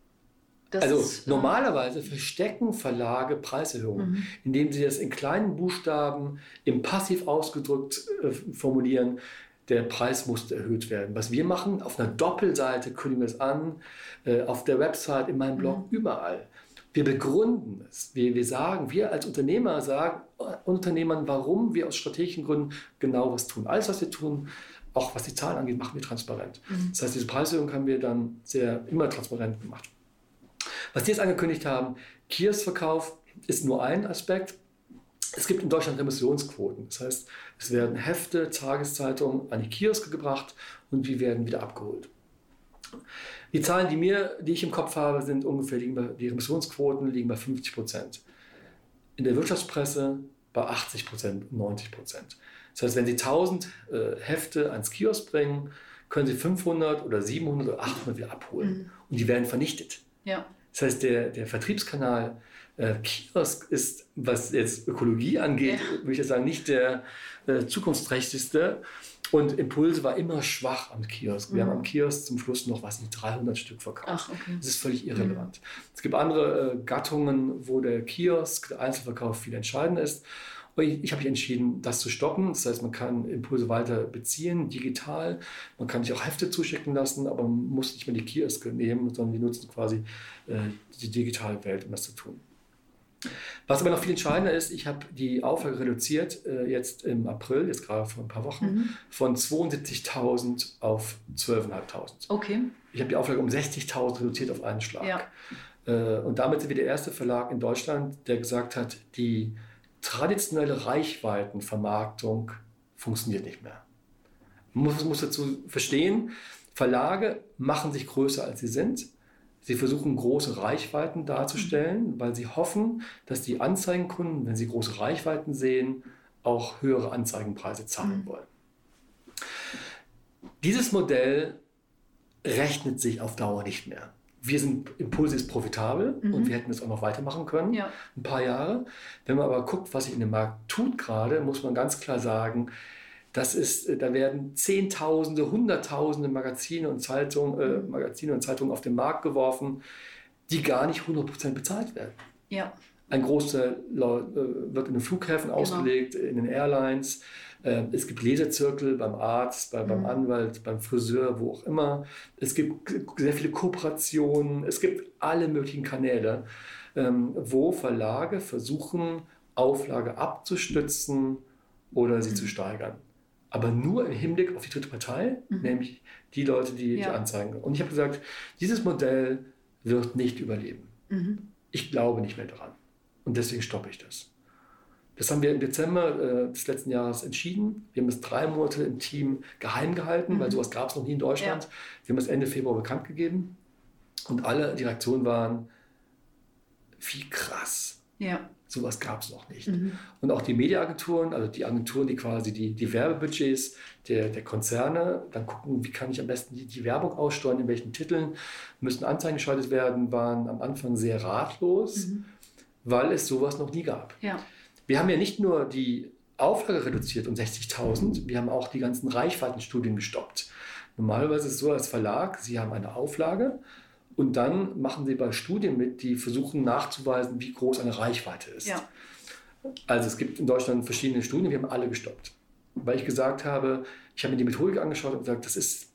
Das also ist, normalerweise verstecken Verlage Preiserhöhungen, mhm. indem sie das in kleinen Buchstaben im Passiv ausgedrückt äh, formulieren, der Preis muss erhöht werden. Was wir machen, auf einer Doppelseite kündigen wir es an, äh, auf der Website, in meinem Blog, mhm. überall. Wir begründen es. Wir, wir sagen, wir als Unternehmer sagen Unternehmern, warum wir aus strategischen Gründen genau was tun. Alles, was wir tun, auch was die Zahlen angeht, machen wir transparent. Mhm. Das heißt, diese Preiserhöhung haben wir dann sehr immer transparent gemacht. Was die jetzt angekündigt haben, Kioskverkauf ist nur ein Aspekt. Es gibt in Deutschland Remissionsquoten. Das heißt, es werden Hefte, Tageszeitungen an die Kioske gebracht und die werden wieder abgeholt. Die Zahlen, die, mir, die ich im Kopf habe, sind ungefähr, liegen bei, die Remissionsquoten liegen bei fünfzig Prozent. In der Wirtschaftspresse bei achtzig Prozent, neunzig Prozent. Das heißt, wenn Sie tausend äh, Hefte ans Kiosk bringen, können Sie fünfhundert oder siebenhundert oder achthundert wieder abholen. Mhm. Und die werden vernichtet. Ja. Das heißt, der, der Vertriebskanal äh, Kiosk ist, was jetzt Ökologie angeht, ja. würde ich sagen, nicht der äh, zukunftsträchtigste. Und Impulse war immer schwach am Kiosk. Wir mhm. haben am Kiosk zum Schluss noch, was nicht, dreihundert Stück verkauft. Ach, okay. Das ist völlig irrelevant. Mhm. Es gibt andere äh, Gattungen, wo der Kiosk, der Einzelverkauf viel entscheidender ist. Und ich, ich habe mich entschieden, das zu stoppen. Das heißt, man kann Impulse weiter beziehen, digital. Man kann sich auch Hefte zuschicken lassen, aber man muss nicht mehr die Kioske nehmen, sondern die nutzen quasi äh, die digitale Welt, um das zu tun. Was aber noch viel entscheidender ist, ich habe die Auflage reduziert, äh, jetzt im April, jetzt gerade vor ein paar Wochen, mhm. von zweiundsiebzigtausend auf zwölftausendfünfhundert. Okay. Ich habe die Auflage um sechzigtausend reduziert auf einen Schlag. Ja. Äh, und damit sind wir der erste Verlag in Deutschland, der gesagt hat, die traditionelle Reichweitenvermarktung funktioniert nicht mehr. Man muss, muss dazu verstehen, Verlage machen sich größer, als sie sind. Sie versuchen, große Reichweiten darzustellen, weil sie hoffen, dass die Anzeigenkunden, wenn sie große Reichweiten sehen, auch höhere Anzeigenpreise zahlen wollen. Dieses Modell rechnet sich auf Dauer nicht mehr. Wir sind, Impulse ist profitabel mhm. und wir hätten es auch noch weitermachen können, ja. ein paar Jahre. Wenn man aber guckt, was sich in dem Markt tut gerade, muss man ganz klar sagen, das ist, da werden Zehntausende, Hunderttausende Magazine und Zeitungen, äh, Magazine und Zeitungen auf den Markt geworfen, die gar nicht hundert Prozent bezahlt werden. Ja. Ein Großteil äh, wird in den Flughäfen genau. ausgelegt, in den Airlines. Äh, es gibt Leserzirkel beim Arzt, bei, beim mhm. Anwalt, beim Friseur, wo auch immer. Es gibt sehr viele Kooperationen. Es gibt alle möglichen Kanäle, ähm, wo Verlage versuchen, Auflage abzustützen oder sie mhm. zu steigern. Aber nur im Hinblick auf die dritte Partei, mhm. nämlich die Leute, die ja. die Anzeigen. Und ich habe gesagt, dieses Modell wird nicht überleben. Mhm. Ich glaube nicht mehr daran. Und deswegen stoppe ich das. Das haben wir im Dezember äh, des letzten Jahres entschieden. Wir haben es drei Monate im Team geheim gehalten, mhm. weil sowas gab es noch nie in Deutschland. Ja. Wir haben es Ende Februar bekannt gegeben. Und alle die Reaktionen waren, wie krass. Ja. Sowas gab es noch nicht. Mhm. Und auch die Mediaagenturen, also die Agenturen, die quasi die, die Werbebudgets der, der Konzerne, dann gucken, wie kann ich am besten die, die Werbung aussteuern, in welchen Titeln müssen Anzeigen geschaltet werden, waren am Anfang sehr ratlos, mhm. weil es sowas noch nie gab. Ja. Wir haben ja nicht nur die Auflage reduziert um sechzigtausend, wir haben auch die ganzen Reichweitenstudien gestoppt. Normalerweise ist es so als Verlag, Sie haben eine Auflage, und dann machen sie bei Studien mit, die versuchen nachzuweisen, wie groß eine Reichweite ist. Ja. Also es gibt in Deutschland verschiedene Studien, wir haben alle gestoppt. Weil ich gesagt habe, ich habe mir die Methodik angeschaut und gesagt, das ist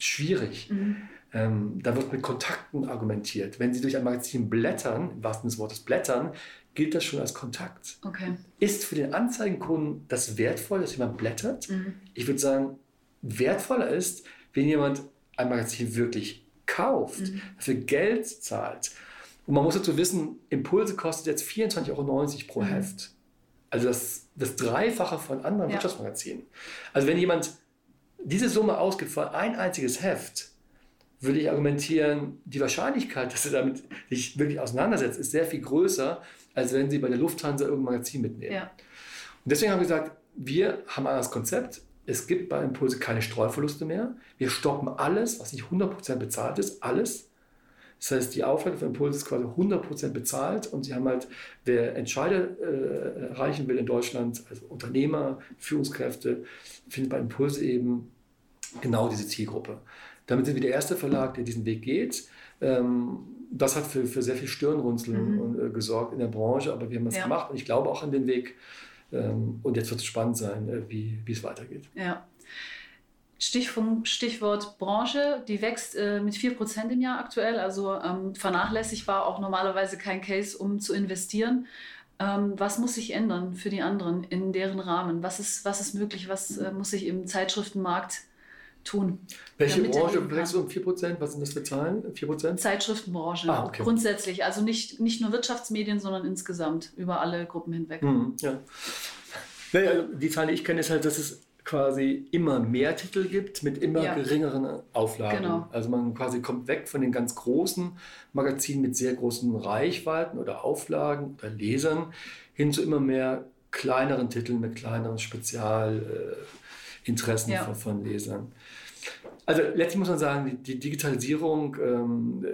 schwierig. Mhm. Ähm, da wird mit Kontakten argumentiert. Wenn Sie durch ein Magazin blättern, im wahrsten Sinne des Wortes blättern, gilt das schon als Kontakt. Okay. Ist für den Anzeigenkunden das wertvoll, dass jemand blättert? Mhm. Ich würde sagen, wertvoller ist, wenn jemand ein Magazin wirklich kauft, mhm. dafür Geld zahlt. Und man muss dazu wissen, Impulse kostet jetzt vierundzwanzig Euro neunzig pro mhm. Heft. Also das, das Dreifache von anderen ja. Wirtschaftsmagazinen. Also wenn jemand diese Summe ausgibt für ein einziges Heft, würde ich argumentieren, die Wahrscheinlichkeit, dass er damit sich wirklich auseinandersetzt, ist sehr viel größer, als wenn Sie bei der Lufthansa irgendein Magazin mitnehmen. Ja. Und deswegen haben wir gesagt, wir haben ein anderes Konzept. Es gibt bei Impulse keine Streuverluste mehr. Wir stoppen alles, was nicht hundert Prozent bezahlt ist, alles. Das heißt, die Auflage von Impulse ist quasi hundert Prozent bezahlt und Sie haben halt, wer Entscheider äh, erreichen will in Deutschland, also Unternehmer, Führungskräfte, findet bei Impulse eben genau diese Zielgruppe. Damit sind wir der erste Verlag, der diesen Weg geht. Ähm, das hat für, für sehr viel Stirnrunzeln mhm. und, äh, gesorgt in der Branche, aber wir haben das ja. gemacht und ich glaube auch an den Weg. Ähm, und jetzt wird es spannend sein, äh, wie, wie es weitergeht. Ja. Stichwort, Stichwort Branche, die wächst äh, mit vier Prozent im Jahr aktuell, also ähm, vernachlässigbar, auch normalerweise kein Case, um zu investieren. Ähm, was muss sich ändern für die anderen in deren Rahmen? Was ist, was ist möglich? Was äh, muss sich im Zeitschriftenmarkt tun? Welche Branche wächst um vier Prozent? Was sind das für Zahlen? vier Prozent? Zeitschriftenbranche, ah, okay. Grundsätzlich. Also nicht, nicht nur Wirtschaftsmedien, sondern insgesamt über alle Gruppen hinweg. Mhm, ja. Naja, die Zahl, die ich kenne, ist halt, dass es quasi immer mehr Titel gibt mit immer ja. geringeren Auflagen. Genau. Also man quasi kommt weg von den ganz großen Magazinen mit sehr großen Reichweiten oder Auflagen oder Lesern hin zu immer mehr kleineren Titeln mit kleineren Spezialinteressen ja. von, von Lesern. Also letztlich muss man sagen, die, die Digitalisierung ähm,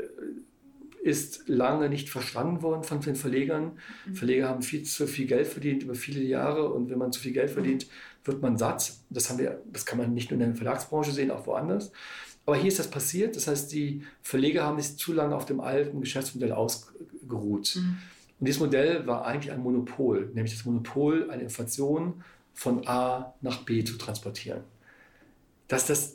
ist lange nicht verstanden worden von den Verlegern. Mhm. Verleger haben viel zu viel Geld verdient über viele Jahre und wenn man zu viel Geld verdient, wird man satt. Das, haben wir, das kann man nicht nur in der Verlagsbranche sehen, auch woanders. Aber hier ist das passiert. Das heißt, die Verleger haben sich zu lange auf dem alten Geschäftsmodell ausgeruht. Mhm. Und dieses Modell war eigentlich ein Monopol, nämlich das Monopol, eine Information von A nach B zu transportieren. Dass das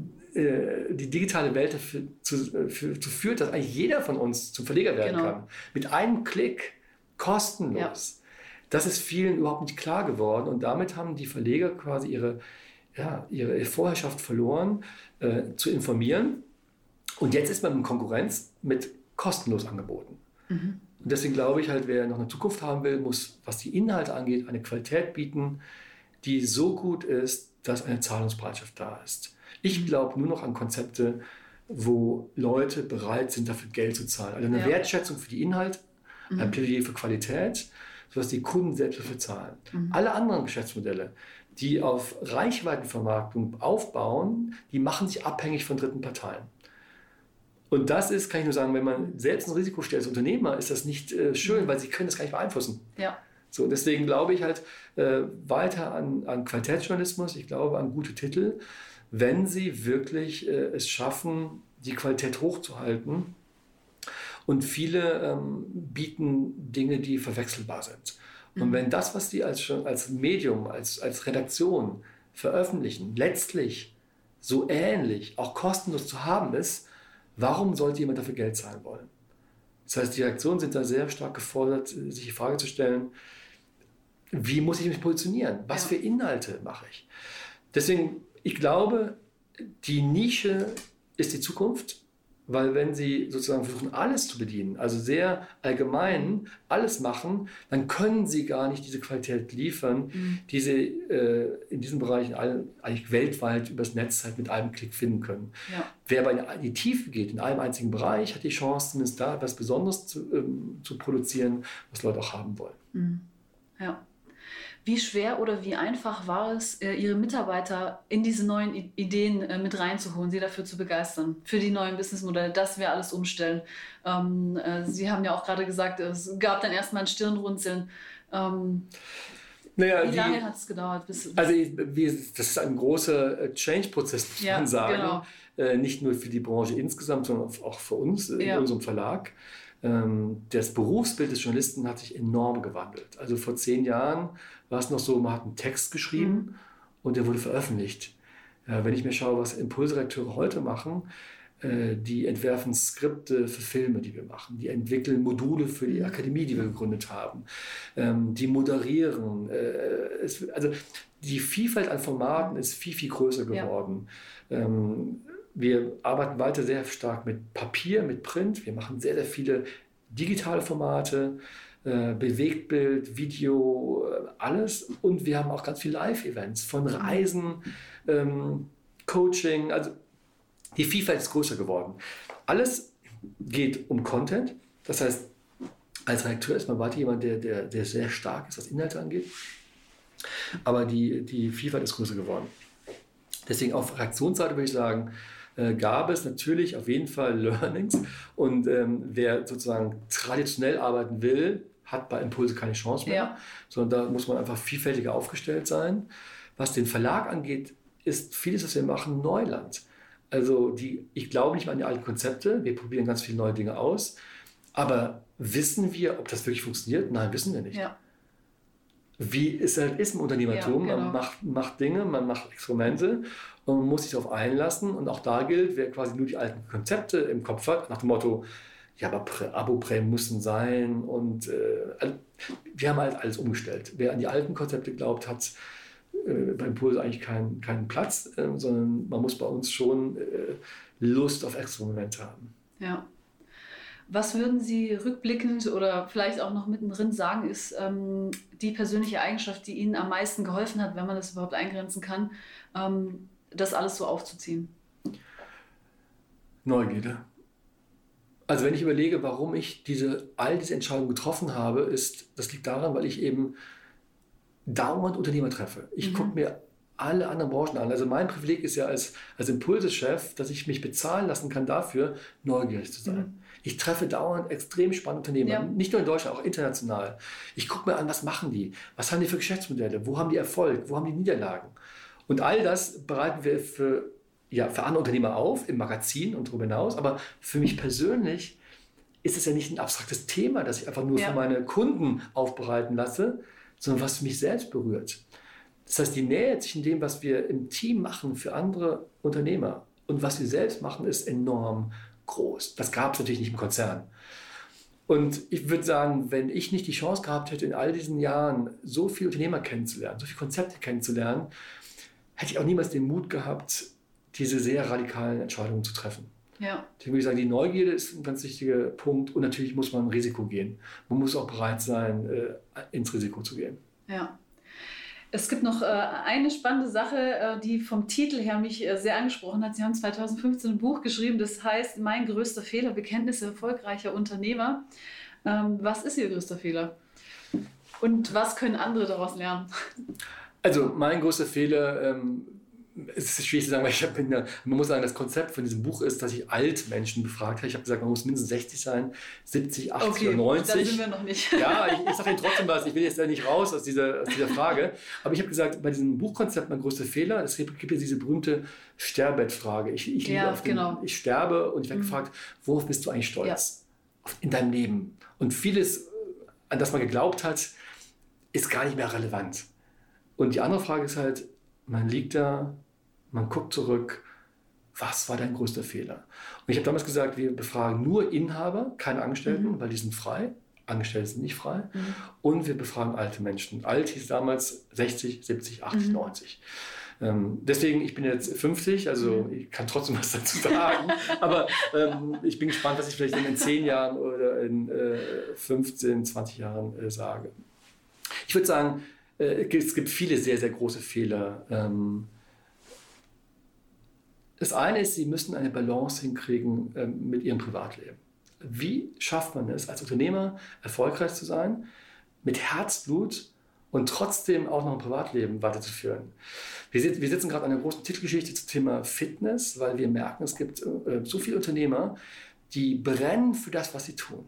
äh, die digitale Welt dafür zu, für, zu führt, dass eigentlich jeder von uns zum Verleger werden genau. kann. Mit einem Klick, kostenlos. Ja. Das ist vielen überhaupt nicht klar geworden und damit haben die Verleger quasi ihre, ja, ihre Vorherrschaft verloren, äh, zu informieren. Und jetzt ist man in Konkurrenz mit kostenlos Angeboten. Mhm. Und deswegen glaube ich halt, wer noch eine Zukunft haben will, muss, was die Inhalte angeht, eine Qualität bieten, die so gut ist, dass eine Zahlungsbereitschaft da ist. Ich glaube nur noch an Konzepte, wo Leute bereit sind, dafür Geld zu zahlen. Also eine ja. Wertschätzung für die Inhalte, mhm. ein Plädoyer für Qualität, sodass die Kunden selbst dafür zahlen. Mhm. Alle anderen Geschäftsmodelle, die auf Reichweitenvermarktung aufbauen, die machen sich abhängig von dritten Parteien. Und das ist, kann ich nur sagen, wenn man selbst ein Risiko stellt als Unternehmer, ist das nicht äh, schön, mhm. weil sie können das gar nicht beeinflussen. Ja. So, deswegen glaube ich halt äh, weiter an, an Qualitätsjournalismus, ich glaube an gute Titel, wenn sie wirklich äh, es schaffen, die Qualität hochzuhalten. Und viele ähm, bieten Dinge, die verwechselbar sind. Und mhm. wenn das, was sie als, als Medium, als, als Redaktion veröffentlichen, letztlich so ähnlich, auch kostenlos zu haben ist, warum sollte jemand dafür Geld zahlen wollen? Das heißt, die Redaktionen sind da sehr stark gefordert, sich die Frage zu stellen, wie muss ich mich positionieren? Was ja. für Inhalte mache ich? Deswegen, ich glaube, die Nische ist die Zukunft. Weil wenn Sie sozusagen versuchen, alles zu bedienen, also sehr allgemein alles machen, dann können Sie gar nicht diese Qualität liefern, mhm. die Sie äh, in diesen Bereichen alle, eigentlich weltweit übers Netz halt mit einem Klick finden können. Ja. Wer aber in die Tiefe geht, in einem einzigen Bereich, hat die Chance, zumindest da etwas Besonderes zu, ähm, zu produzieren, was Leute auch haben wollen. Mhm. Ja. Wie schwer oder wie einfach war es, Ihre Mitarbeiter in diese neuen Ideen mit reinzuholen, sie dafür zu begeistern, für die neuen Businessmodelle, dass wir alles umstellen? Ähm, Sie haben ja auch gerade gesagt, es gab dann erstmal ein Stirnrunzeln. Ähm, naja, wie lange hat es gedauert? Bis, bis also wie, das ist ein großer Change-Prozess, muss ja, man sagen. Genau. Äh, nicht nur für die Branche insgesamt, sondern auch für uns in ja. unserem Verlag. Das Berufsbild des Journalisten hat sich enorm gewandelt. Also vor zehn Jahren war es noch so, man hat einen Text geschrieben mhm. und der wurde veröffentlicht. Ja, wenn ich mir schaue, was Impulsredakteure heute machen, äh, die entwerfen Skripte für Filme, die wir machen. Die entwickeln Module für die Akademie, die wir gegründet haben. Ähm, die moderieren. Äh, es, also die Vielfalt an Formaten ist viel, viel größer geworden. Ja. Ähm, wir arbeiten weiter sehr stark mit Papier, mit Print. Wir machen sehr, sehr viele digitale Formate. Bewegtbild, Video, alles. Und wir haben auch ganz viele Live-Events von Reisen, ähm, Coaching. Also die Vielfalt ist größer geworden. Alles geht um Content. Das heißt, als Redakteur ist man weiter jemand, der, der, der sehr stark ist, was Inhalte angeht. Aber die, die Vielfalt ist größer geworden. Deswegen auf Redaktionsseite würde ich sagen, äh, gab es natürlich auf jeden Fall Learnings. Und ähm, wer sozusagen traditionell arbeiten will, hat bei Impulse keine Chance mehr, ja. sondern da muss man einfach vielfältiger aufgestellt sein. Was den Verlag angeht, ist vieles, was wir machen, Neuland. Also die, ich glaube nicht mehr an die alten Konzepte, wir probieren ganz viele neue Dinge aus, aber wissen wir, ob das wirklich funktioniert? Nein, wissen wir nicht. Ja. Wie es halt ist im Unternehmertum, ja, genau. man macht, macht Dinge, man macht Experimente und man muss sich darauf einlassen und auch da gilt, wer quasi nur die alten Konzepte im Kopf hat, nach dem Motto, ja, aber Abo-Prämien müssen sein und äh, wir haben halt alles umgestellt. Wer an die alten Konzepte glaubt, hat äh, beim Impulse eigentlich keinen keinen Platz, äh, sondern man muss bei uns schon äh, Lust auf Experimente haben. Ja. Was würden Sie rückblickend oder vielleicht auch noch mittendrin sagen, ist ähm, die persönliche Eigenschaft, die Ihnen am meisten geholfen hat, wenn man das überhaupt eingrenzen kann, ähm, das alles so aufzuziehen? Neugierde. Also wenn ich überlege, warum ich diese, all diese Entscheidungen getroffen habe, ist, das liegt daran, weil ich eben dauernd Unternehmer treffe. Ich mhm. gucke mir alle anderen Branchen an. Also mein Privileg ist ja als, als Impulse-Chef, dass ich mich bezahlen lassen kann dafür, neugierig zu sein. Mhm. Ich treffe dauernd extrem spannende Unternehmer, ja. nicht nur in Deutschland, auch international. Ich gucke mir an, was machen die? Was haben die für Geschäftsmodelle? Wo haben die Erfolg? Wo haben die Niederlagen? Und all das bereiten wir für Ja, für andere Unternehmer auf, im Magazin und darüber hinaus. Aber für mich persönlich ist es ja nicht ein abstraktes Thema, das ich einfach nur ja. für meine Kunden aufbereiten lasse, sondern was mich selbst berührt. Das heißt, die Nähe zwischen dem, was wir im Team machen für andere Unternehmer und was wir selbst machen, ist enorm groß. Das gab es natürlich nicht im Konzern. Und ich würde sagen, wenn ich nicht die Chance gehabt hätte, in all diesen Jahren so viele Unternehmer kennenzulernen, so viele Konzepte kennenzulernen, hätte ich auch niemals den Mut gehabt, diese sehr radikalen Entscheidungen zu treffen. Ja. Deswegen würde ich sagen, die Neugierde ist ein ganz wichtiger Punkt und natürlich muss man ein Risiko gehen. Man muss auch bereit sein, ins Risiko zu gehen. Ja. Es gibt noch eine spannende Sache, die vom Titel her mich sehr angesprochen hat. Sie haben zwanzig fünfzehn ein Buch geschrieben, das heißt Mein größter Fehler, Bekenntnisse erfolgreicher Unternehmer. Was ist Ihr größter Fehler? Und was können andere daraus lernen? Also mein größter Fehler, ähm, es ist schwierig zu sagen, weil ich hab, man muss sagen, das Konzept von diesem Buch ist, dass ich Altmenschen befragt habe. Ich habe gesagt, man muss mindestens sechzig sein, siebzig, achtzig okay, oder neunzig. Da sind wir noch nicht. Ja, ich, ich sage Ihnen trotzdem was, ich will jetzt ja nicht raus aus dieser, aus dieser Frage. Aber ich habe gesagt, bei diesem Buchkonzept mein größter Fehler, es gibt jetzt diese berühmte Sterbettfrage. Ich, ich, ja, auf den, genau. ich sterbe und ich werde mhm. gefragt, worauf bist du eigentlich stolz ja. in deinem Leben? Und vieles, an das man geglaubt hat, ist gar nicht mehr relevant. Und die andere Frage ist halt, man liegt da, man guckt zurück, was war dein größter Fehler? Und ich habe damals gesagt, wir befragen nur Inhaber, keine Angestellten, mhm. weil die sind frei. Angestellte sind nicht frei. Mhm. Und wir befragen alte Menschen. Alt hieß damals sechzig, siebzig, achtzig, mhm. neunzig. Ähm, deswegen, ich bin jetzt fünfzig, also mhm. ich kann trotzdem was dazu sagen. Aber ähm, ich bin gespannt, was ich vielleicht in zehn Jahren oder in äh, fünfzehn, zwanzig Jahren äh, sage. Ich würde sagen, äh, es gibt viele sehr, sehr große Fehler. Ähm, Das eine ist, Sie müssen eine Balance hinkriegen ähm, mit Ihrem Privatleben. Wie schafft man es, als Unternehmer erfolgreich zu sein, mit Herzblut und trotzdem auch noch ein Privatleben weiterzuführen? Wir, sit- wir sitzen gerade an einer großen Titelgeschichte zum Thema Fitness, weil wir merken, es gibt äh, so viele Unternehmer, die brennen für das, was sie tun.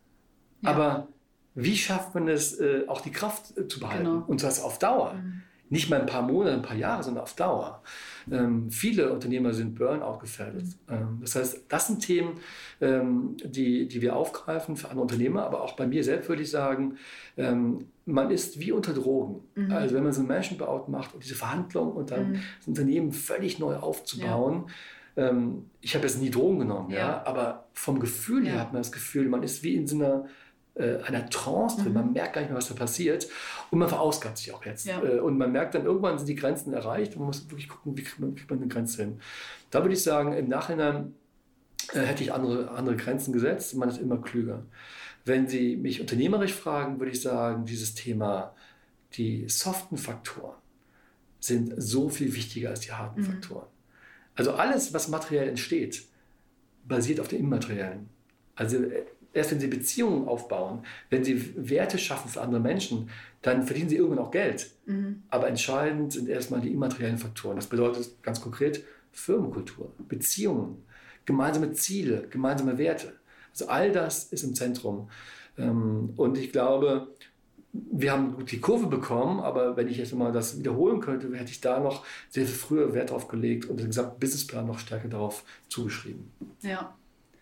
Ja. Aber wie schafft man es, äh, auch die Kraft äh, zu behalten? Genau. Und das auf Dauer? Mhm. Nicht mal ein paar Monate, ein paar Jahre, sondern auf Dauer. Ähm, viele Unternehmer sind Burnout gefährdet. Ähm, das heißt, das sind Themen, ähm, die, die wir aufgreifen für andere Unternehmer, aber auch bei mir selbst würde ich sagen, ähm, man ist wie unter Drogen. Mhm. Also wenn man so einen Management-Buyout macht und diese Verhandlung und dann mhm. das Unternehmen völlig neu aufzubauen, ja. ähm, ich habe jetzt nie Drogen genommen, ja. ja, aber vom Gefühl her ja. hat man das Gefühl, man ist wie in so einer einer Trance drin, mhm. man merkt gar nicht mehr, was da passiert und man verausgabt sich auch jetzt. Ja. Und man merkt dann, irgendwann sind die Grenzen erreicht und man muss wirklich gucken, wie kriegt man, kriegt man eine Grenze hin. Da würde ich sagen, im Nachhinein äh, hätte ich andere, andere Grenzen gesetzt und man ist immer klüger. Wenn Sie mich unternehmerisch fragen, würde ich sagen, dieses Thema, die soften Faktoren sind so viel wichtiger als die harten mhm. Faktoren. Also alles, was materiell entsteht, basiert auf dem Immateriellen. Also erst wenn Sie Beziehungen aufbauen, wenn Sie Werte schaffen für andere Menschen, dann verdienen Sie irgendwann auch Geld. Mhm. Aber entscheidend sind erstmal die immateriellen Faktoren. Das bedeutet ganz konkret Firmenkultur, Beziehungen, gemeinsame Ziele, gemeinsame Werte. Also all das ist im Zentrum. Und ich glaube, wir haben gut die Kurve bekommen, aber wenn ich jetzt mal das wiederholen könnte, hätte ich da noch sehr viel früher Wert drauf gelegt und den gesamten Businessplan noch stärker darauf zugeschrieben. Ja.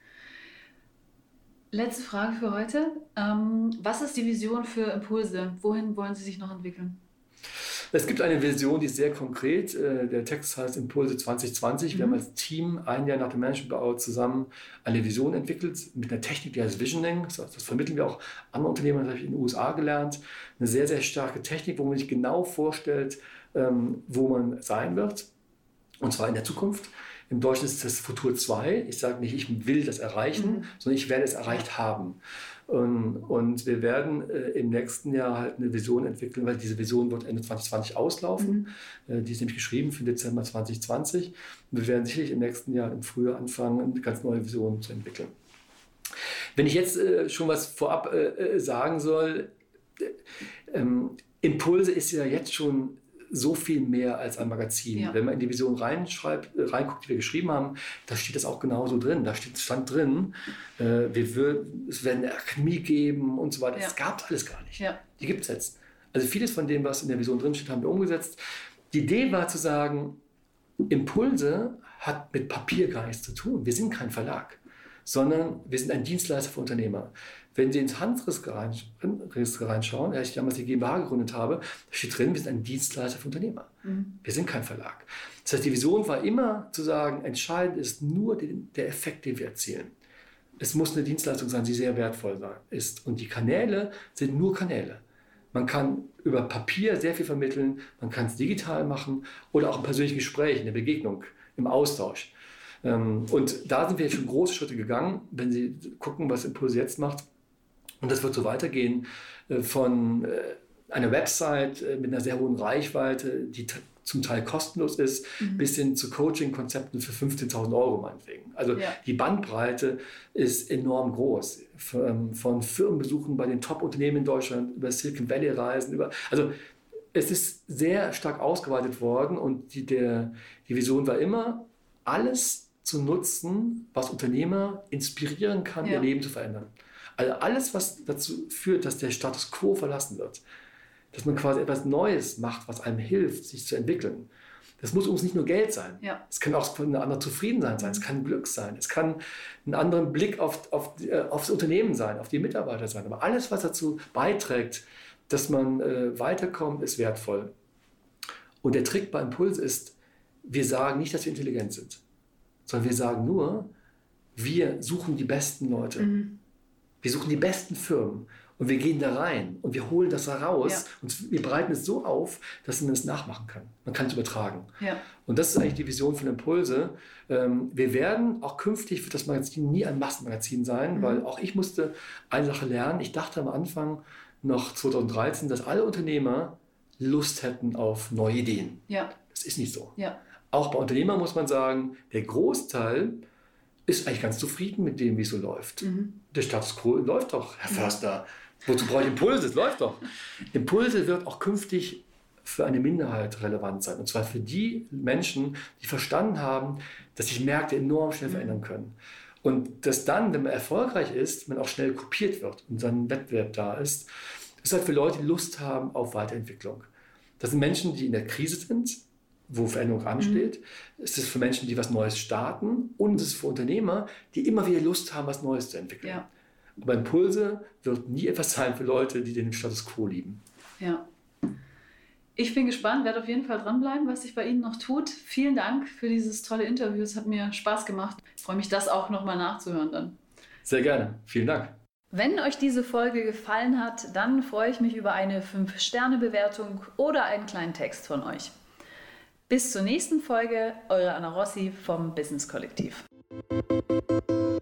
Letzte Frage für heute. Ähm, was ist die Vision für Impulse? Wohin wollen Sie sich noch entwickeln? Es gibt eine Vision, die ist sehr konkret. Der Text heißt Impulse zwanzig zwanzig. Wir mhm. haben als Team ein Jahr nach dem Management-Buyout zusammen eine Vision entwickelt mit einer Technik, die heißt Visioning. Das, heißt, das vermitteln wir auch anderen Unternehmern, das habe ich in den U S A gelernt. Eine sehr, sehr starke Technik, wo man sich genau vorstellt, wo man sein wird. Und zwar in der Zukunft. Im Deutschen ist das Futur zwei. Ich sage nicht, ich will das erreichen, mhm. sondern ich werde es erreicht haben. Und, und wir werden äh, im nächsten Jahr halt eine Vision entwickeln, weil diese Vision wird Ende zwanzig zwanzig auslaufen. Mhm. Äh, die ist nämlich geschrieben für Dezember zwanzig zwanzig. Und wir werden sicherlich im nächsten Jahr im Frühjahr anfangen, eine ganz neue Vision zu entwickeln. Wenn ich jetzt äh, schon was vorab äh, sagen soll, äh, ähm, Impulse ist ja jetzt schon so viel mehr als ein Magazin. Ja. Wenn man in die Vision reinschreibt, reinguckt, die wir geschrieben haben, da steht das auch genauso drin. Da steht, stand drin, äh, wir würden, es werden eine Akademie geben und so weiter. Ja. Das gab es alles gar nicht. Ja. Die gibt es jetzt. Also vieles von dem, was in der Vision drin steht, haben wir umgesetzt. Die Idee war zu sagen, Impulse hat mit Papier gar nichts zu tun. Wir sind kein Verlag, sondern wir sind ein Dienstleister für Unternehmer. Wenn Sie ins Handelsregister reinschauen, als ich damals die GmbH gegründet habe, da steht drin, wir sind ein Dienstleister für Unternehmer. Mhm. Wir sind kein Verlag. Das heißt, die Vision war immer zu sagen, entscheidend ist nur den, der Effekt, den wir erzielen. Es muss eine Dienstleistung sein, die sehr wertvoll ist. Und die Kanäle sind nur Kanäle. Man kann über Papier sehr viel vermitteln, man kann es digital machen oder auch im persönlichen Gespräch, in der Begegnung, im Austausch. Und da sind wir jetzt schon große Schritte gegangen, wenn Sie gucken, was Impulse jetzt macht. Und das wird so weitergehen von einer Website mit einer sehr hohen Reichweite, die t- zum Teil kostenlos ist, mhm. bis hin zu Coaching-Konzepten für fünfzehntausend Euro meinetwegen. Also ja. die Bandbreite ist enorm groß. Von, von Firmenbesuchen bei den Top-Unternehmen in Deutschland, über Silicon Valley-Reisen, über... Also es ist sehr stark ausgeweitet worden und die, der, die Vision war immer, alles zu nutzen, was Unternehmer inspirieren kann, ja. ihr Leben zu verändern. Also alles, was dazu führt, dass der Status quo verlassen wird, dass man quasi etwas Neues macht, was einem hilft, sich zu entwickeln. Das muss uns nicht nur Geld sein. Ja. Es kann auch eine andere Zufriedenheit sein, es kann Glück sein, es kann einen anderen Blick auf, auf, äh, aufs Unternehmen sein, auf die Mitarbeiter sein. Aber alles, was dazu beiträgt, dass man äh, weiterkommt, ist wertvoll. Und der Trick bei Impuls ist, wir sagen nicht, dass wir intelligent sind, sondern wir sagen nur, wir suchen die besten Leute. Mhm. Wir suchen die besten Firmen und wir gehen da rein und wir holen das da raus ja. und wir bereiten es so auf, dass man es nachmachen kann. Man kann es übertragen. Ja. Und das ist eigentlich die Vision von Impulse. Wir werden auch künftig für das Magazin nie ein Massenmagazin sein, mhm. weil auch ich musste eine Sache lernen. Ich dachte am Anfang, noch zwanzig dreizehn, dass alle Unternehmer Lust hätten auf neue Ideen. Ja. Das ist nicht so. Ja. Auch bei Unternehmern muss man sagen, der Großteil ist eigentlich ganz zufrieden mit dem, wie es so läuft. Mhm. Der Status quo läuft doch, Herr Förster. Wozu brauche ich Impulse? Es läuft doch. Impulse wird auch künftig für eine Minderheit relevant sein. Und zwar für die Menschen, die verstanden haben, dass sich Märkte enorm schnell verändern können. Und dass dann, wenn man erfolgreich ist, man auch schnell kopiert wird und dann ein Wettbewerb da ist. Das ist halt für Leute, die Lust haben auf Weiterentwicklung. Das sind Menschen, die in der Krise sind, wo Veränderung ansteht. Mhm. Es ist für Menschen, die was Neues starten, und es ist für Unternehmer, die immer wieder Lust haben, was Neues zu entwickeln. Ja. Aber Impulse wird nie etwas sein für Leute, die den Status quo lieben. Ja. Ich bin gespannt, werde auf jeden Fall dranbleiben, was sich bei Ihnen noch tut. Vielen Dank für dieses tolle Interview. Es hat mir Spaß gemacht. Ich freue mich, das auch nochmal nachzuhören dann. Sehr gerne. Vielen Dank. Wenn euch diese Folge gefallen hat, dann freue ich mich über eine fünf Sterne Bewertung oder einen kleinen Text von euch. Bis zur nächsten Folge, eure Anna Rossi vom Business Kollektiv.